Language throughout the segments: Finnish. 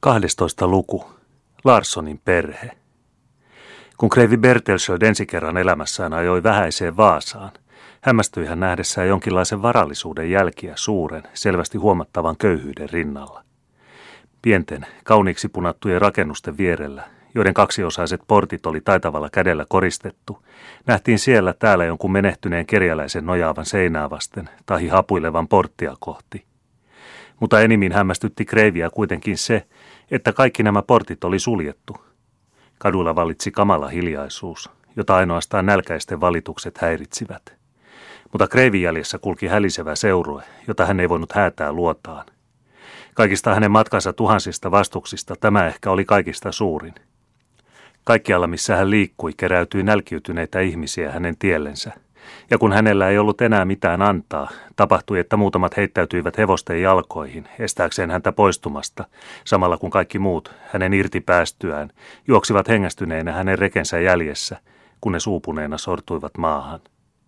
12. luku. Larssonin perhe. Kun kreivi Bertelsöld ensi kerran elämässään ajoi vähäiseen Vaasaan, hämmästyi hän nähdessään jonkinlaisen varallisuuden jälkiä suuren, selvästi huomattavan köyhyyden rinnalla. Pienten, kauniiksi punattujen rakennusten vierellä, joiden kaksiosaiset portit oli taitavalla kädellä koristettu, nähtiin siellä täällä jonkun menehtyneen kerjäläisen nojaavan seinää vasten tai hapuilevan porttia kohti. Mutta enimmin hämmästytti kreiviä kuitenkin se, että kaikki nämä portit oli suljettu. Kadulla vallitsi kamala hiljaisuus, jota ainoastaan nälkäisten valitukset häiritsivät. Mutta kreivin jäljessä kulki hälisevä seurue, jota hän ei voinut häätää luotaan. Kaikista hänen matkansa tuhansista vastuksista tämä ehkä oli kaikista suurin. Kaikkialla, missä hän liikkui, keräytyi nälkiytyneitä ihmisiä hänen tiellensä. Ja kun hänellä ei ollut enää mitään antaa, tapahtui, että muutamat heittäytyivät hevosten jalkoihin, estääkseen häntä poistumasta, samalla kun kaikki muut, hänen irti päästyään, juoksivat hengästyneinä hänen rekensä jäljessä, kunnes uupuneena sortuivat maahan.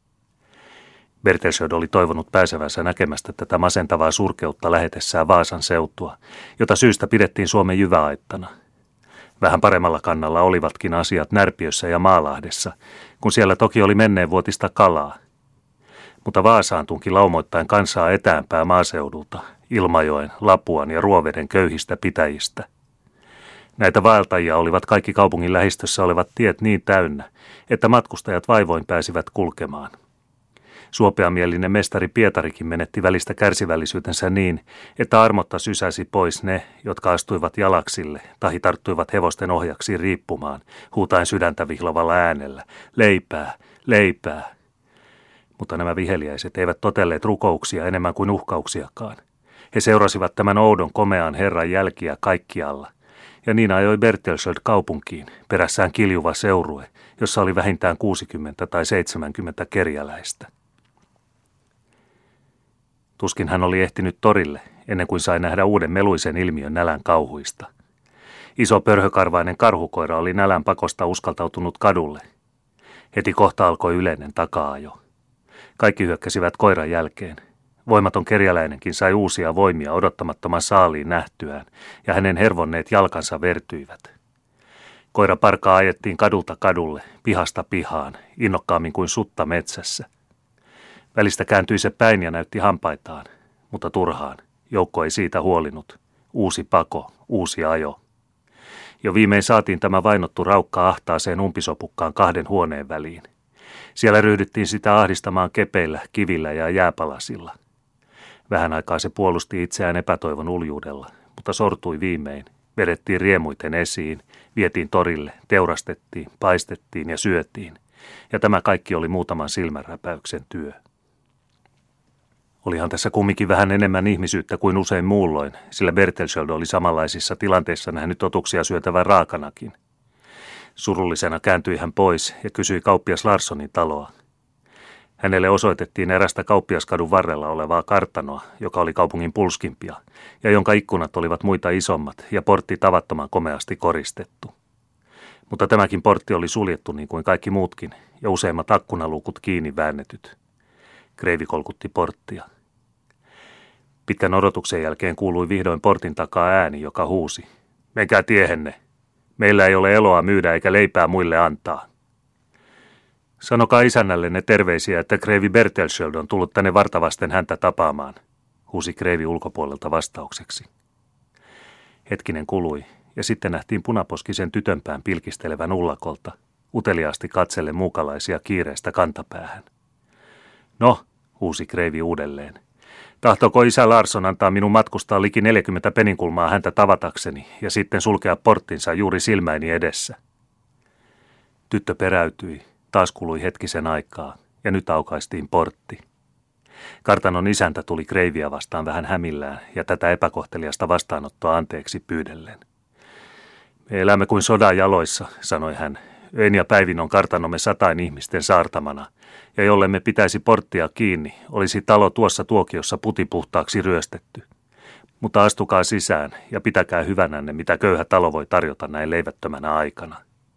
Bertelsöld oli toivonut pääsevänsä näkemästä tätä masentavaa surkeutta lähetessään Vaasan seutua, jota syystä pidettiin Suomen jyväaittana. Vähän paremmalla kannalla olivatkin asiat Närpiössä ja Maalahdessa, kun siellä toki oli menneenvuotista kalaa. Mutta Vaasaan tunki laumoittain kansaa etäämpää maaseudulta, Ilmajoen, Lapuan ja Ruoveden köyhistä pitäjistä. Näitä vaeltajia olivat kaikki kaupungin lähistössä olevat tiet niin täynnä, että matkustajat vaivoin pääsivät kulkemaan. Suopeamielinen mestari Pietarikin menetti välistä kärsivällisyytensä niin, että armotta sysäsi pois ne, jotka astuivat jalaksille tai tarttuivat hevosten ohjaksiin riippumaan, huutaen sydäntä vihlovalla äänellä, leipää, leipää. Mutta nämä viheliäiset eivät totelleet rukouksia enemmän kuin uhkauksiakaan. He seurasivat tämän oudon komean herran jälkiä kaikkialla. Ja niin ajoi Bertelsöld kaupunkiin, perässään kiljuva seurue, jossa oli vähintään 60 tai 70 kerjäläistä. Tuskin hän oli ehtinyt torille, ennen kuin sai nähdä uuden meluisen ilmiön nälän kauhuista. Iso pörhökarvainen karhukoira oli nälän pakosta uskaltautunut kadulle. Heti kohta alkoi yleinen taka-ajo. Kaikki hyökkäsivät koiran jälkeen. Voimaton kerjäläinenkin sai uusia voimia odottamattoman saaliin nähtyään, ja hänen hervonneet jalkansa vertyivät. Koiraparkaa ajettiin kadulta kadulle, pihasta pihaan, innokkaammin kuin sutta metsässä. Välistä kääntyi se päin ja näytti hampaitaan, mutta turhaan. Joukko ei siitä huolinut. Uusi pako, uusi ajo. Jo viimein saatiin tämä vainottu raukka ahtaaseen umpisopukkaan 2 huoneen väliin. Siellä ryhdyttiin sitä ahdistamaan kepeillä, kivillä ja jääpalasilla. Vähän aikaa se puolusti itseään epätoivon uljuudella, mutta sortui viimein. Vedettiin riemuiten esiin, vietiin torille, teurastettiin, paistettiin ja syötiin. Ja tämä kaikki oli muutaman silmänräpäyksen työ. Olihan tässä kumminkin vähän enemmän ihmisyyttä kuin usein muulloin, sillä Bertelsöld oli samanlaisissa tilanteissa nähnyt otuksia syötävän raakanakin. Surullisena kääntyi hän pois ja kysyi kauppias Larssonin taloa. Hänelle osoitettiin erästä kauppiaskadun varrella olevaa kartanoa, joka oli kaupungin pulskimpia, ja jonka ikkunat olivat muita isommat ja portti tavattoman komeasti koristettu. Mutta tämäkin portti oli suljettu niin kuin kaikki muutkin, ja useimmat akkunaluukut kiinni väännetyt. Kreivi kolkutti porttia. Pitkän odotuksen jälkeen kuului vihdoin portin takaa ääni, joka huusi. Menkää tiehenne. Meillä ei ole eloa myydä eikä leipää muille antaa. Sanokaa isännällenne terveisiä, että kreivi Bertelsöld on tullut tänne vartavasten häntä tapaamaan, huusi kreivi ulkopuolelta vastaukseksi. Hetkinen kului, ja sitten nähtiin punaposkisen tytönpään pilkistelevän ullakolta, uteliaasti katsellen muukalaisia kiireestä kantapäähän. No, huusi kreivi uudelleen. Tahtoko isä Larsson antaa minun matkustaa liki 40 peninkulmaa häntä tavatakseni ja sitten sulkea porttinsa juuri silmäini edessä? Tyttö peräytyi, taas kului hetkisen aikaa ja nyt aukaistiin portti. Kartanon isäntä tuli kreiviä vastaan vähän hämillään ja tätä epäkohteliasta vastaanottoa anteeksi pyydellen. Me elämme kuin sodan jaloissa, sanoi hän. Öin ja päivin on kartanomme 100 ihmisten saartamana, ja jollemme pitäisi porttia kiinni, olisi talo tuossa tuokiossa putipuhtaaksi ryöstetty. Mutta astukaa sisään ja pitäkää hyvänänne, mitä köyhä talo voi tarjota näin leivättömänä aikana.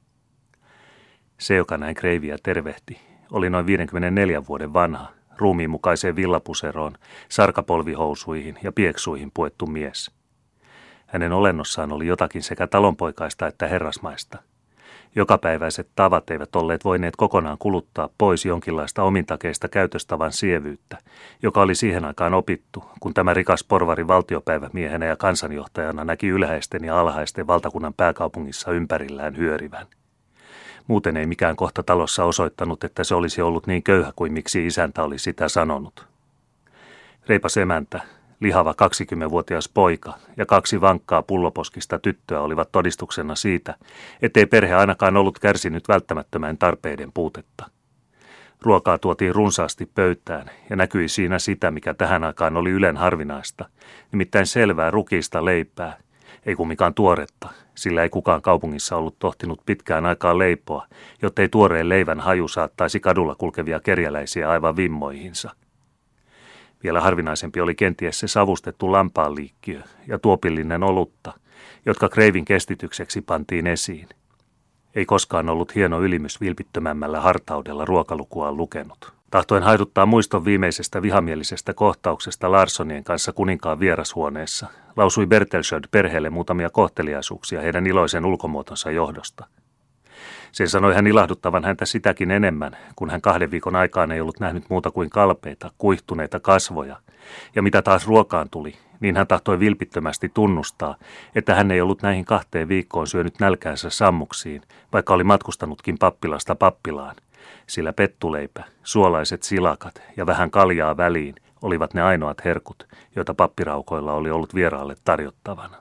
Se, joka näin kreiviä tervehti, oli noin 54 vuoden vanha, ruumiinmukaiseen villapuseroon, sarkapolvihousuihin ja pieksuihin puettu mies. Hänen olennossaan oli jotakin sekä talonpoikaista että herrasmaista. Jokapäiväiset tavat eivät olleet voineet kokonaan kuluttaa pois jonkinlaista omintakeista käytöstavan sievyyttä, joka oli siihen aikaan opittu, kun tämä rikas porvari valtiopäivämiehenä ja kansanjohtajana näki ylhäisten ja alhaisten valtakunnan pääkaupungissa ympärillään hyörivän. Muuten ei mikään kohta talossa osoittanut, että se olisi ollut niin köyhä kuin miksi isäntä oli sitä sanonut. Reipas emäntä, lihava 20-vuotias poika ja 2 vankkaa pulloposkista tyttöä olivat todistuksena siitä, ettei perhe ainakaan ollut kärsinyt välttämättömän tarpeiden puutetta. Ruokaa tuotiin runsaasti pöytään ja näkyi siinä sitä, mikä tähän aikaan oli ylen harvinaista, nimittäin selvää rukiista leipää, ei kumminkaan tuoretta, sillä ei kukaan kaupungissa ollut tohtinut pitkään aikaa leipoa, jottei tuoreen leivän haju saattaisi kadulla kulkevia kerjäläisiä aivan vimmoihinsa. Vielä harvinaisempi oli kenties se savustettu lampaanliikkiö ja tuopillinen olutta, jotka kreivin kestitykseksi pantiin esiin. Ei koskaan ollut hieno ylimys vilpittömämmällä hartaudella ruokalukuaan lukenut. Tahtoen haiduttaa muiston viimeisestä vihamielisestä kohtauksesta Larssonien kanssa kuninkaan vierashuoneessa, lausui Bertelschöld perheelle muutamia kohteliaisuuksia heidän iloisen ulkomuotonsa johdosta. Sen sanoi hän ilahduttavan häntä sitäkin enemmän, kun hän 2 viikon aikaan ei ollut nähnyt muuta kuin kalpeita, kuihtuneita kasvoja, ja mitä taas ruokaan tuli, niin hän tahtoi vilpittömästi tunnustaa, että hän ei ollut näihin 2 viikkoon syönyt nälkäänsä sammuksiin, vaikka oli matkustanutkin pappilasta pappilaan, sillä pettuleipä, suolaiset silakat ja vähän kaljaa väliin olivat ne ainoat herkut, joita pappiraukoilla oli ollut vieraalle tarjottavana.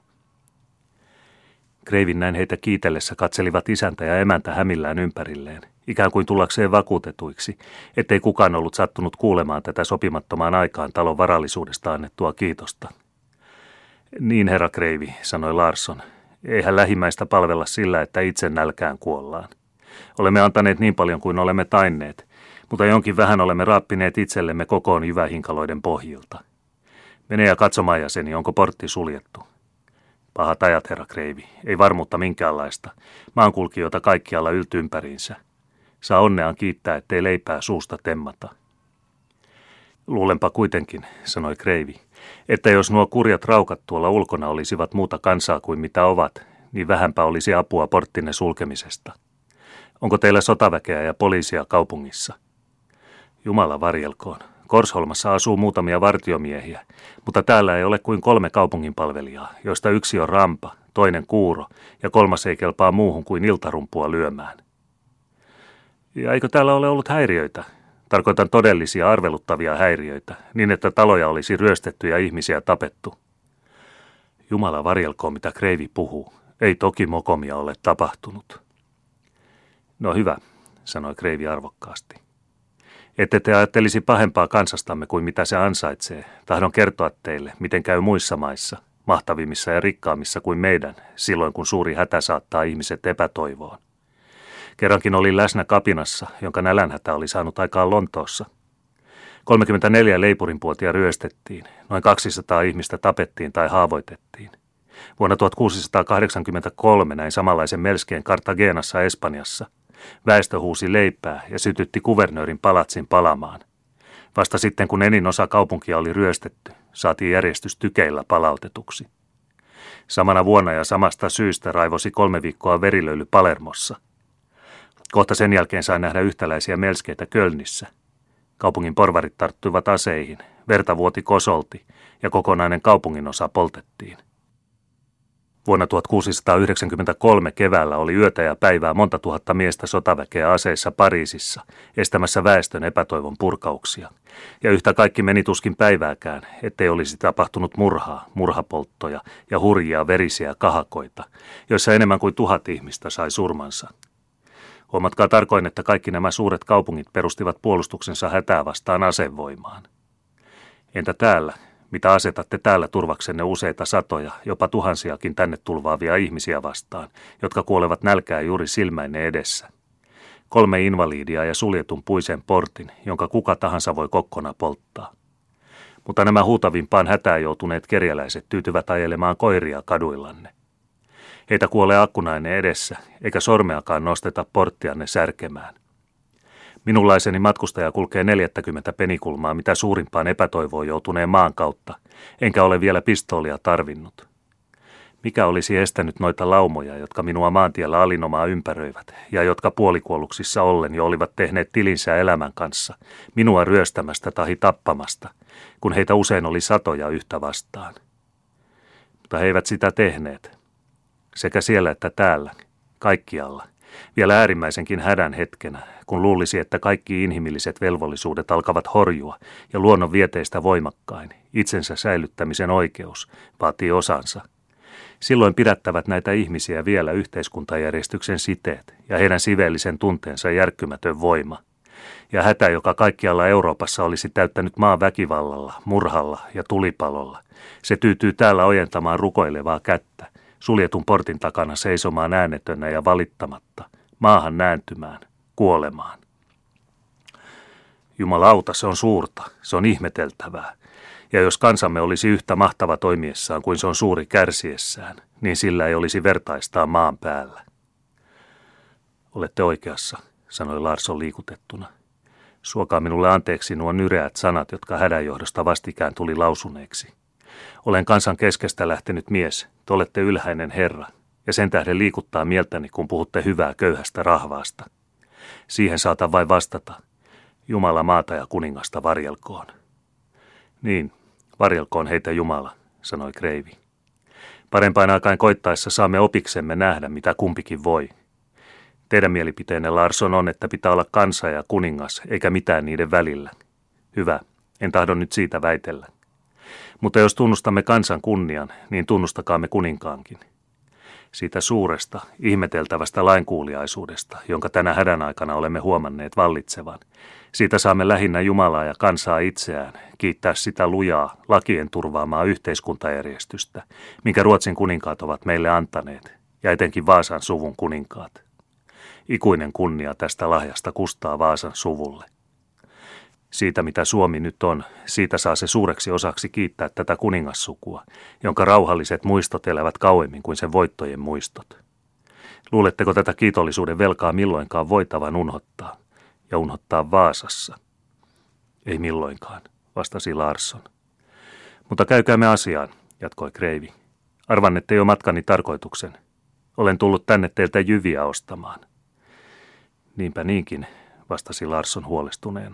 Kreivin näin heitä kiitellessä katselivat isäntä ja emäntä hämillään ympärilleen, ikään kuin tullakseen vakuutetuiksi, ettei kukaan ollut sattunut kuulemaan tätä sopimattomaan aikaan talon varallisuudesta annettua kiitosta. Niin, herra Kreivi, sanoi Larsson, eihän lähimmäistä palvella sillä, että itse nälkään kuollaan. Olemme antaneet niin paljon kuin olemme tainneet, mutta jonkin vähän olemme raappineet itsellemme kokoon jyvähinkaloiden pohjilta. Mene ja katso majaseni, onko portti suljettu. Pahat ajat, herra Kreivi, ei varmuutta minkäänlaista. Maankulkijoita kaikkialla yltympäriinsä. Saa onneaan kiittää, ettei leipää suusta temmata. Luulenpa kuitenkin, sanoi Kreivi, että jos nuo kurjat raukat tuolla ulkona olisivat muuta kansaa kuin mitä ovat, niin vähänpä olisi apua porttinne sulkemisesta. Onko teillä sotaväkeä ja poliisia kaupungissa? Jumala varjelkoon. Korsholmassa asuu muutamia vartiomiehiä, mutta täällä ei ole kuin 3 kaupunginpalvelijaa, joista yksi on rampa, toinen kuuro ja 3 ei kelpaa muuhun kuin iltarumpua lyömään. Ja eikö täällä ole ollut häiriöitä? Tarkoitan todellisia arveluttavia häiriöitä, niin että taloja olisi ryöstetty ja ihmisiä tapettu. Jumala varjelkoon, mitä Kreivi puhuu. Ei toki mokomia ole tapahtunut. No hyvä, sanoi Kreivi arvokkaasti. Ette te ajattelisi pahempaa kansastamme kuin mitä se ansaitsee. Tahdon kertoa teille, miten käy muissa maissa, mahtavimmissa ja rikkaammissa kuin meidän, silloin kun suuri hätä saattaa ihmiset epätoivoon. Kerrankin olin läsnä kapinassa, jonka nälänhätä oli saanut aikaan Lontoossa. 34 leipurinpuotia ryöstettiin, noin 200 ihmistä tapettiin tai haavoitettiin. Vuonna 1683 näin samanlaisen melskeen Cartagenassa Espanjassa. Väestö huusi leipää ja sytytti kuvernöörin palatsin palamaan. Vasta sitten, kun enin osa kaupunkia oli ryöstetty, saatiin järjestys tykeillä palautetuksi. Samana vuonna ja samasta syystä raivosi 3 viikkoa verilöyly Palermossa. Kohta sen jälkeen sai nähdä yhtäläisiä melskeitä Kölnissä. Kaupungin porvarit tarttuivat aseihin, verta vuoti kosolti ja kokonainen kaupunginosa poltettiin. Vuonna 1693 keväällä oli yötä ja päivää monta tuhatta miestä sotaväkeä aseissa Pariisissa, estämässä väestön epätoivon purkauksia. Ja yhtä kaikki meni tuskin päivääkään, ettei olisi tapahtunut murhaa, murhapolttoja ja hurjia verisiä kahakoita, joissa enemmän kuin 1000 ihmistä sai surmansa. Huomatkaa tarkoin, että kaikki nämä suuret kaupungit perustivat puolustuksensa hätää vastaan asevoimaan. Entä täällä? Mitä asetatte täällä turvaksenne useita satoja, jopa tuhansiakin tänne tulvaavia ihmisiä vastaan, jotka kuolevat nälkää juuri silmäinne edessä? 3 invaliidia ja suljetun puisen portin, jonka kuka tahansa voi kokkona polttaa. Mutta nämä huutavimpaan hätään joutuneet kerjäläiset tyytyvät ajelemaan koiria kaduillanne. Heitä kuolee akkunainen edessä, eikä sormeakaan nosteta porttianne särkemään. Minunlaiseni matkustaja kulkee 40 penikulmaa mitä suurimpaan epätoivoon joutuneen maan kautta, enkä ole vielä pistoolia tarvinnut. Mikä olisi estänyt noita laumoja, jotka minua maantiellä alinomaa ympäröivät, ja jotka puolikuolluksissa ollen jo olivat tehneet tilinsä elämän kanssa, minua ryöstämästä tahi tappamasta, kun heitä usein oli satoja yhtä vastaan. Mutta he eivät sitä tehneet. Sekä siellä että täällä, kaikkialla, vielä äärimmäisenkin hädän hetkenä, kun luulisi, että kaikki inhimilliset velvollisuudet alkavat horjua ja luonnon vieteistä voimakkain, itsensä säilyttämisen oikeus, vaatii osansa. Silloin pidättävät näitä ihmisiä vielä yhteiskuntajärjestyksen siteet ja heidän siveellisen tunteensa järkkymätön voima. Ja hätä, joka kaikkialla Euroopassa olisi täyttänyt maan väkivallalla, murhalla ja tulipalolla, se tyytyy täällä ojentamaan rukoilevaa kättä, suljetun portin takana seisomaan äänetönnä ja valittamatta, maahan nääntymään, kuolemaan. Jumalauta, se on suurta, se on ihmeteltävää. Ja jos kansamme olisi yhtä mahtava toimiessaan kuin se on suuri kärsiessään, niin sillä ei olisi vertaistaan maan päällä. Olette oikeassa, sanoi Larsson liikutettuna. Suokaa minulle anteeksi nuo nyreät sanat, jotka hädän johdosta vastikään tuli lausuneeksi. Olen kansan keskestä lähtenyt mies, te olette ylhäinen herra, ja sen tähden liikuttaa mieltäni, kun puhutte hyvää köyhästä rahvaasta. Siihen saatan vain vastata. Jumala maata ja kuningasta varjelkoon. Niin, varjelkoon heitä Jumala, sanoi kreivi. Parempaan aikaan koittaessa saamme opiksemme nähdä, mitä kumpikin voi. Teidän mielipiteenne, Larsson, on, että pitää olla kansa ja kuningas, eikä mitään niiden välillä. Hyvä, en tahdo nyt siitä väitellä. Mutta jos tunnustamme kansan kunnian, niin tunnustakaamme kuninkaankin. Siitä suuresta, ihmeteltävästä lainkuuliaisuudesta, jonka tänä hädän aikana olemme huomanneet vallitsevan. Siitä saamme lähinnä Jumalaa ja kansaa itseään, kiittää sitä lujaa, lakien turvaamaa yhteiskuntajärjestystä, minkä Ruotsin kuninkaat ovat meille antaneet, ja etenkin Vaasan suvun kuninkaat. Ikuinen kunnia tästä lahjasta kustaa Vaasan suvulle. Siitä, mitä Suomi nyt on, siitä saa se suureksi osaksi kiittää tätä kuningassukua, jonka rauhalliset muistot elävät kauemmin kuin sen voittojen muistot. Luuletteko tätä kiitollisuuden velkaa milloinkaan voitavan unhottaa, ja unhottaa Vaasassa? Ei milloinkaan, vastasi Larsson. Mutta käykäämme asiaan, jatkoi kreivi. Arvannette jo matkani tarkoituksen. Olen tullut tänne teiltä jyviä ostamaan. Niinpä niinkin, vastasi Larsson huolestuneena.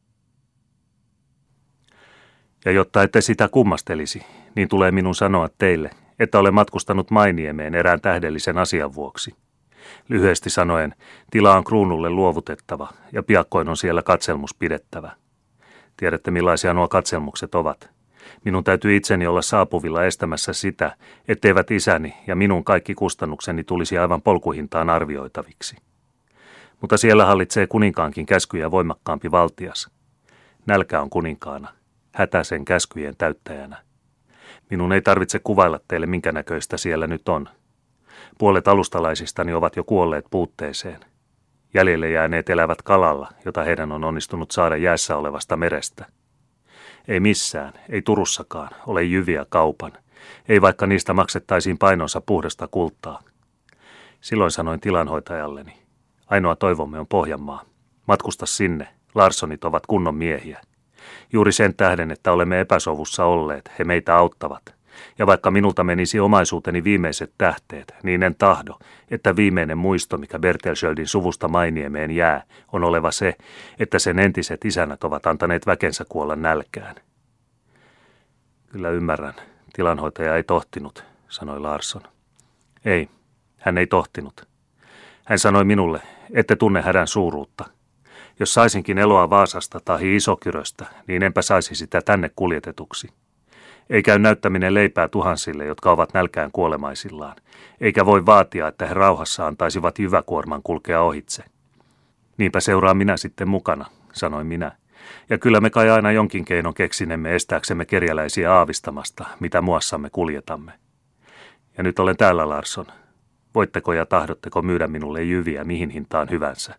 Ja jotta ette sitä kummastelisi, niin tulee minun sanoa teille, että olen matkustanut Mainiemeen erään tähdellisen asian vuoksi. Lyhyesti sanoen, tila on kruunulle luovutettava ja piakkoin on siellä katselmus pidettävä. Tiedätte millaisia nuo katselmukset ovat. Minun täytyy itseni olla saapuvilla estämässä sitä, etteivät isäni ja minun kaikki kustannukseni tulisi aivan polkuhintaan arvioitaviksi. Mutta siellä hallitsee kuninkaankin käskyjä voimakkaampi valtias. Nälkä on kuninkaana. Hätä sen käskyjen täyttäjänä. Minun ei tarvitse kuvailla teille, minkä näköistä siellä nyt on. Puolet alustalaisistani ovat jo kuolleet puutteeseen. Jäljelle jääneet elävät kalalla, jota heidän on onnistunut saada jäässä olevasta merestä. Ei missään, ei Turussakaan, ole jyviä kaupan. Ei vaikka niistä maksettaisiin painonsa puhdasta kultaa. Silloin sanoin tilanhoitajalleni. Ainoa toivomme on Pohjanmaa. Matkusta sinne, Larssonit ovat kunnon miehiä. Juuri sen tähden, että olemme epäsovussa olleet, he meitä auttavat. Ja vaikka minulta menisi omaisuuteni viimeiset tähteet, niin en tahdo, että viimeinen muisto, mikä Bertelschöldin suvusta Mainiemeen jää, on oleva se, että sen entiset isännät ovat antaneet väkensä kuolla nälkään. Kyllä ymmärrän, tilanhoitaja ei tohtinut, sanoi Larsson. Ei, hän ei tohtinut. Hän sanoi minulle, ette tunne hädän suuruutta. Jos saisinkin eloa Vaasasta tai Isokyröstä, niin enpä saisi sitä tänne kuljetetuksi. Ei käy näyttäminen leipää tuhansille, jotka ovat nälkään kuolemaisillaan, eikä voi vaatia, että he rauhassa antaisivat jyväkuorman kulkea ohitse. Niinpä seuraa minä sitten mukana, sanoin minä, ja kyllä me kai aina jonkin keinon keksinemme estääksemme kerjäläisiä aavistamasta, mitä muassamme kuljetamme. Ja nyt olen täällä, Larsson. Voitteko ja tahdotteko myydä minulle jyviä mihin hintaan hyvänsä?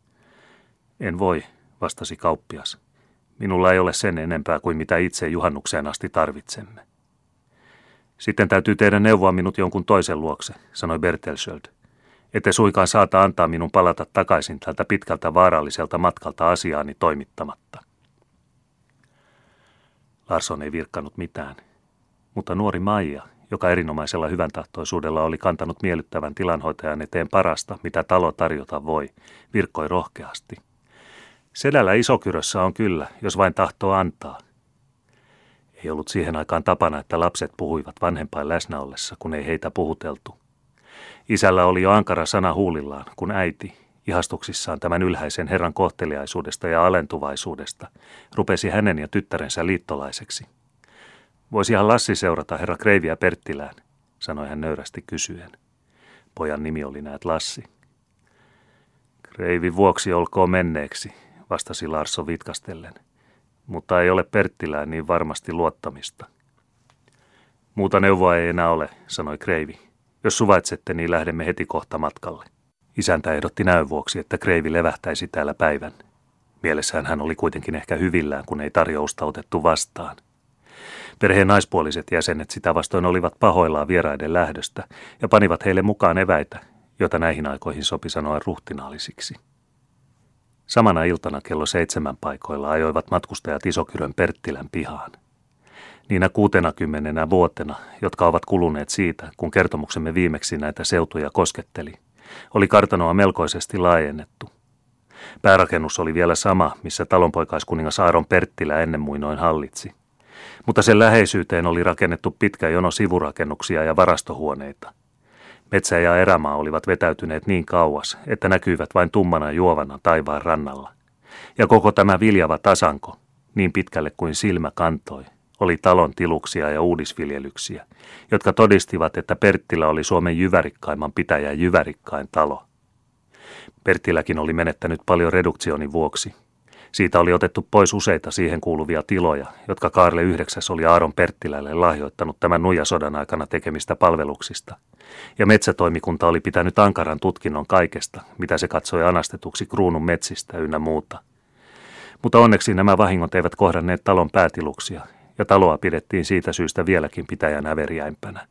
En voi, vastasi kauppias. Minulla ei ole sen enempää kuin mitä itse juhannukseen asti tarvitsemme. Sitten täytyy teidän neuvoa minut jonkun toisen luokse, sanoi Bertelschöld. Ette suinkaan saata antaa minun palata takaisin tältä pitkältä vaaralliselta matkalta asiaani toimittamatta. Larsson ei virkkanut mitään, mutta nuori Maija, joka erinomaisella hyväntahtoisuudella oli kantanut miellyttävän tilanhoitajan eteen parasta, mitä talo tarjota voi, virkkoi rohkeasti. Sedällä Isokyrössä on kyllä, jos vain tahtoo antaa. Ei ollut siihen aikaan tapana, että lapset puhuivat vanhempain läsnä ollessa, kun ei heitä puhuteltu. Isällä oli jo ankara sana huulillaan, kun äiti, ihastuksissaan tämän ylhäisen herran kohteliaisuudesta ja alentuvaisuudesta, rupesi hänen ja tyttärensä liittolaiseksi. Voisihan Lassi seurata herra Kreiviä Perttilään, sanoi hän nöyrästi kysyen. Pojan nimi oli näet Lassi. Kreivi vuoksi olkoon menneeksi, vastasi Larsson vitkastellen, mutta ei ole Perttilään niin varmasti luottamista. Muuta neuvoa ei enää ole, sanoi Kreivi. Jos suvaitsette, niin lähdemme heti kohta matkalle. Isäntä ehdotti näön vuoksi, että Kreivi levähtäisi täällä päivän. Mielessään hän oli kuitenkin ehkä hyvillään, kun ei tarjousta otettu vastaan. Perheen naispuoliset jäsenet sitä vastoin olivat pahoillaan vieraiden lähdöstä ja panivat heille mukaan eväitä, joita näihin aikoihin sopi sanoa ruhtinaallisiksi. Samana iltana kello 7 paikoilla ajoivat matkustajat Isokyrön Perttilän pihaan. Niinä 60 vuotena, jotka ovat kuluneet siitä, kun kertomuksemme viimeksi näitä seutuja kosketteli, oli kartanoa melkoisesti laajennettu. Päärakennus oli vielä sama, missä talonpoikaiskuningas Aaron Perttilä ennen muinoin hallitsi. Mutta sen läheisyyteen oli rakennettu pitkä jono sivurakennuksia ja varastohuoneita. Metsä ja erämaa olivat vetäytyneet niin kauas, että näkyivät vain tummana juovana taivaan rannalla. Ja koko tämä viljava tasanko, niin pitkälle kuin silmä kantoi, oli talon tiluksia ja uudisviljelyksiä, jotka todistivat, että Perttilä oli Suomen jyvärikkaimman pitäjä jyvärikkain talo. Perttiläkin oli menettänyt paljon reduktionin vuoksi. Siitä oli otettu pois useita siihen kuuluvia tiloja, jotka Kaarle IX oli Aaron Perttilälle lahjoittanut tämän nuijasodan aikana tekemistä palveluksista. Ja metsätoimikunta oli pitänyt ankaran tutkinnon kaikesta, mitä se katsoi anastetuksi kruunun metsistä ynnä muuta. Mutta onneksi nämä vahingot eivät kohdanneet talon päätiluksia, ja taloa pidettiin siitä syystä vieläkin pitäjän äveriäimpänä.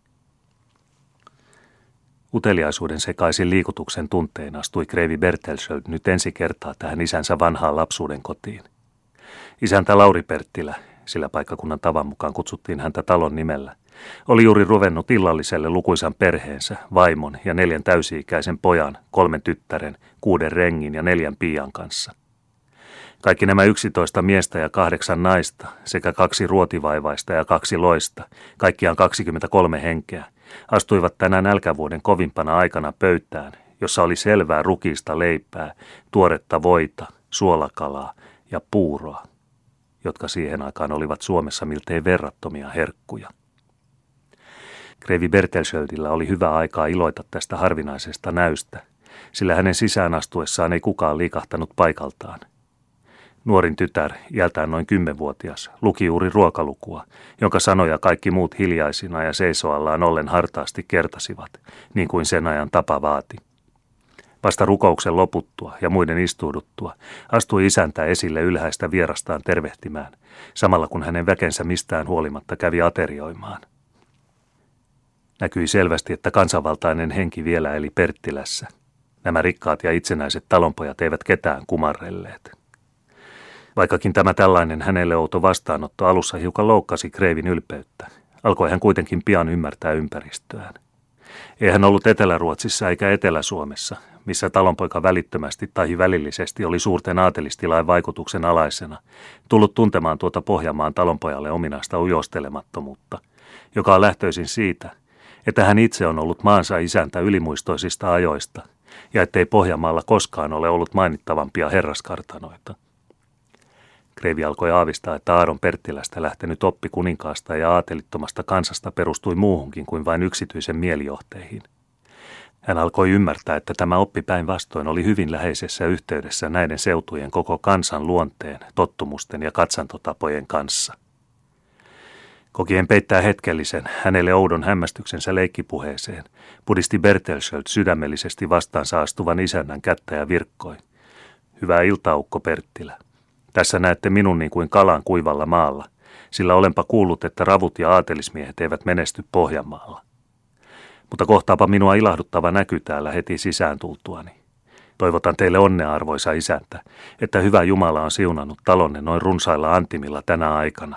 Uteliaisuuden sekaisin liikutuksen tunteen astui kreivi Bertelschöld nyt ensi kertaa tähän isänsä vanhaan lapsuuden kotiin. Isäntä Lauri Perttilä, sillä paikkakunnan tavan mukaan kutsuttiin häntä talon nimellä, oli juuri ruvennut illalliselle lukuisan perheensä, vaimon ja 4 täysi-ikäisen pojan, 3 tyttären, 6 rengin ja 4 piian kanssa. Kaikki nämä 11 miestä ja 8 naista sekä 2 ruotivaivaista ja 2 loista, kaikkiaan 23 henkeä, astuivat tänään nälkävuoden kovimpana aikana pöytään, jossa oli selvää rukiista leipää, tuoretta voita, suolakalaa ja puuroa, jotka siihen aikaan olivat Suomessa miltei verrattomia herkkuja. Kreivi Bertelschöldillä oli hyvä aikaa iloita tästä harvinaisesta näystä, sillä hänen sisään astuessaan ei kukaan liikahtanut paikaltaan. Nuorin tytär, iältään noin 10-vuotias, luki juuri ruokalukua, jonka sanoja kaikki muut hiljaisina ja seisoallaan ollen hartaasti kertasivat, niin kuin sen ajan tapa vaati. Vasta rukouksen loputtua ja muiden istuuduttua astui isäntä esille ylhäistä vierastaan tervehtimään, samalla kun hänen väkensä mistään huolimatta kävi aterioimaan. Näkyi selvästi, että kansanvaltainen henki vielä eli Perttilässä. Nämä rikkaat ja itsenäiset talonpojat eivät ketään kumarrelleet. Vaikkakin tämä tällainen hänelle outo vastaanotto alussa hiukan loukkasi kreivin ylpeyttä, alkoi hän kuitenkin pian ymmärtää ympäristöään. Ei hän ollut Etelä-Ruotsissa eikä Etelä-Suomessa, missä talonpoika välittömästi tai välillisesti oli suurten aatelistilain vaikutuksen alaisena, tullut tuntemaan tuota Pohjanmaan talonpojalle ominaista ujostelemattomuutta, joka on lähtöisin siitä, että hän itse on ollut maansa isäntä ylimuistoisista ajoista ja ettei Pohjanmaalla koskaan ole ollut mainittavampia herraskartanoita. Kreivi alkoi aavistaa, että Aaron Perttilästä lähtenyt oppi kuninkaasta ja aatelittomasta kansasta perustui muuhunkin kuin vain yksityisen mielijohteihin. Hän alkoi ymmärtää, että tämä oppi päinvastoin oli hyvin läheisessä yhteydessä näiden seutujen koko kansan luonteen, tottumusten ja katsantotapojen kanssa. Kokien peittää hetkellisen, hänelle oudon hämmästyksensä leikkipuheeseen, pudisti Bertelschöld sydämellisesti vastaansa astuvan isännän kättä ja virkkoi. Hyvää iltaa, ukko Perttilä. Tässä näette minun niin kuin kalan kuivalla maalla, sillä olenpa kuullut, että ravut ja aatelismiehet eivät menesty Pohjanmaalla. Mutta kohtaapa minua ilahduttava näky täällä heti sisään tultuani. Toivotan teille onnea, arvoisa isäntä, että hyvä Jumala on siunannut talonne noin runsailla antimilla tänä aikana,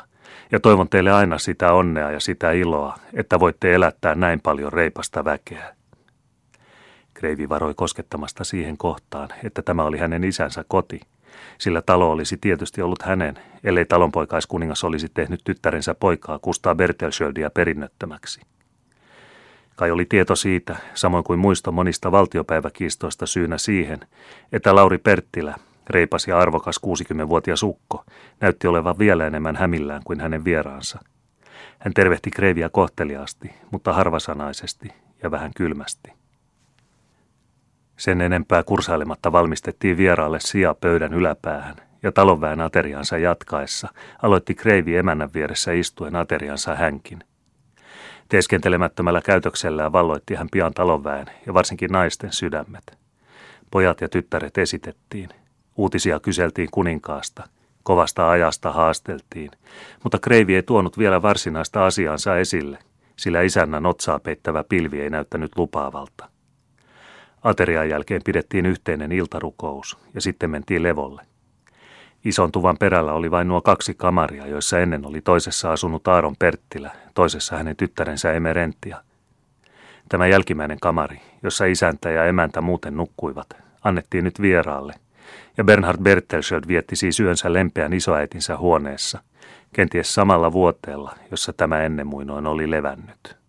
Ja toivon teille aina sitä onnea ja sitä iloa, että voitte elättää näin paljon reipasta väkeä. Kreivi varoi koskettamasta siihen kohtaan, että tämä oli hänen isänsä koti, sillä talo olisi tietysti ollut hänen, ellei talonpoikaiskuningas olisi tehnyt tyttärensä poikaa Kustaa Bertelsköldia perinnöttömäksi. Kai oli tieto siitä, samoin kuin muisto monista valtiopäiväkiistoista syynä siihen, että Lauri Perttilä, reipas ja arvokas 60-vuotias ukko, näytti olevan vielä enemmän hämillään kuin hänen vieraansa. Hän tervehti Kreiviä kohteliaasti, mutta harvasanaisesti ja vähän kylmästi. Sen enempää kursailematta valmistettiin vieraalle sija pöydän yläpäähän, ja talonväen ateriansa jatkaessa aloitti Kreivi emännän vieressä istuen ateriansa hänkin. Teeskentelemättömällä käytöksellään valloitti hän pian talonväen ja varsinkin naisten sydämet. Pojat ja tyttäret esitettiin. Uutisia kyseltiin kuninkaasta. Kovasta ajasta haasteltiin, mutta Kreivi ei tuonut vielä varsinaista asiaansa esille, sillä isännän otsaa peittävä pilvi ei näyttänyt lupaavalta. Aterian jälkeen pidettiin yhteinen iltarukous ja sitten mentiin levolle. Ison tuvan perällä oli vain nuo 2 kamaria, joissa ennen oli toisessa asunut Aaron Perttilä, toisessa hänen tyttärensä Emerentia. Tämä jälkimmäinen kamari, jossa isäntä ja emäntä muuten nukkuivat, annettiin nyt vieraalle, ja Bernhard Bertelskjöld vietti siis yönsä lempeän isoäitinsä huoneessa, kenties samalla vuoteella, jossa tämä ennen muinoin oli levännyt.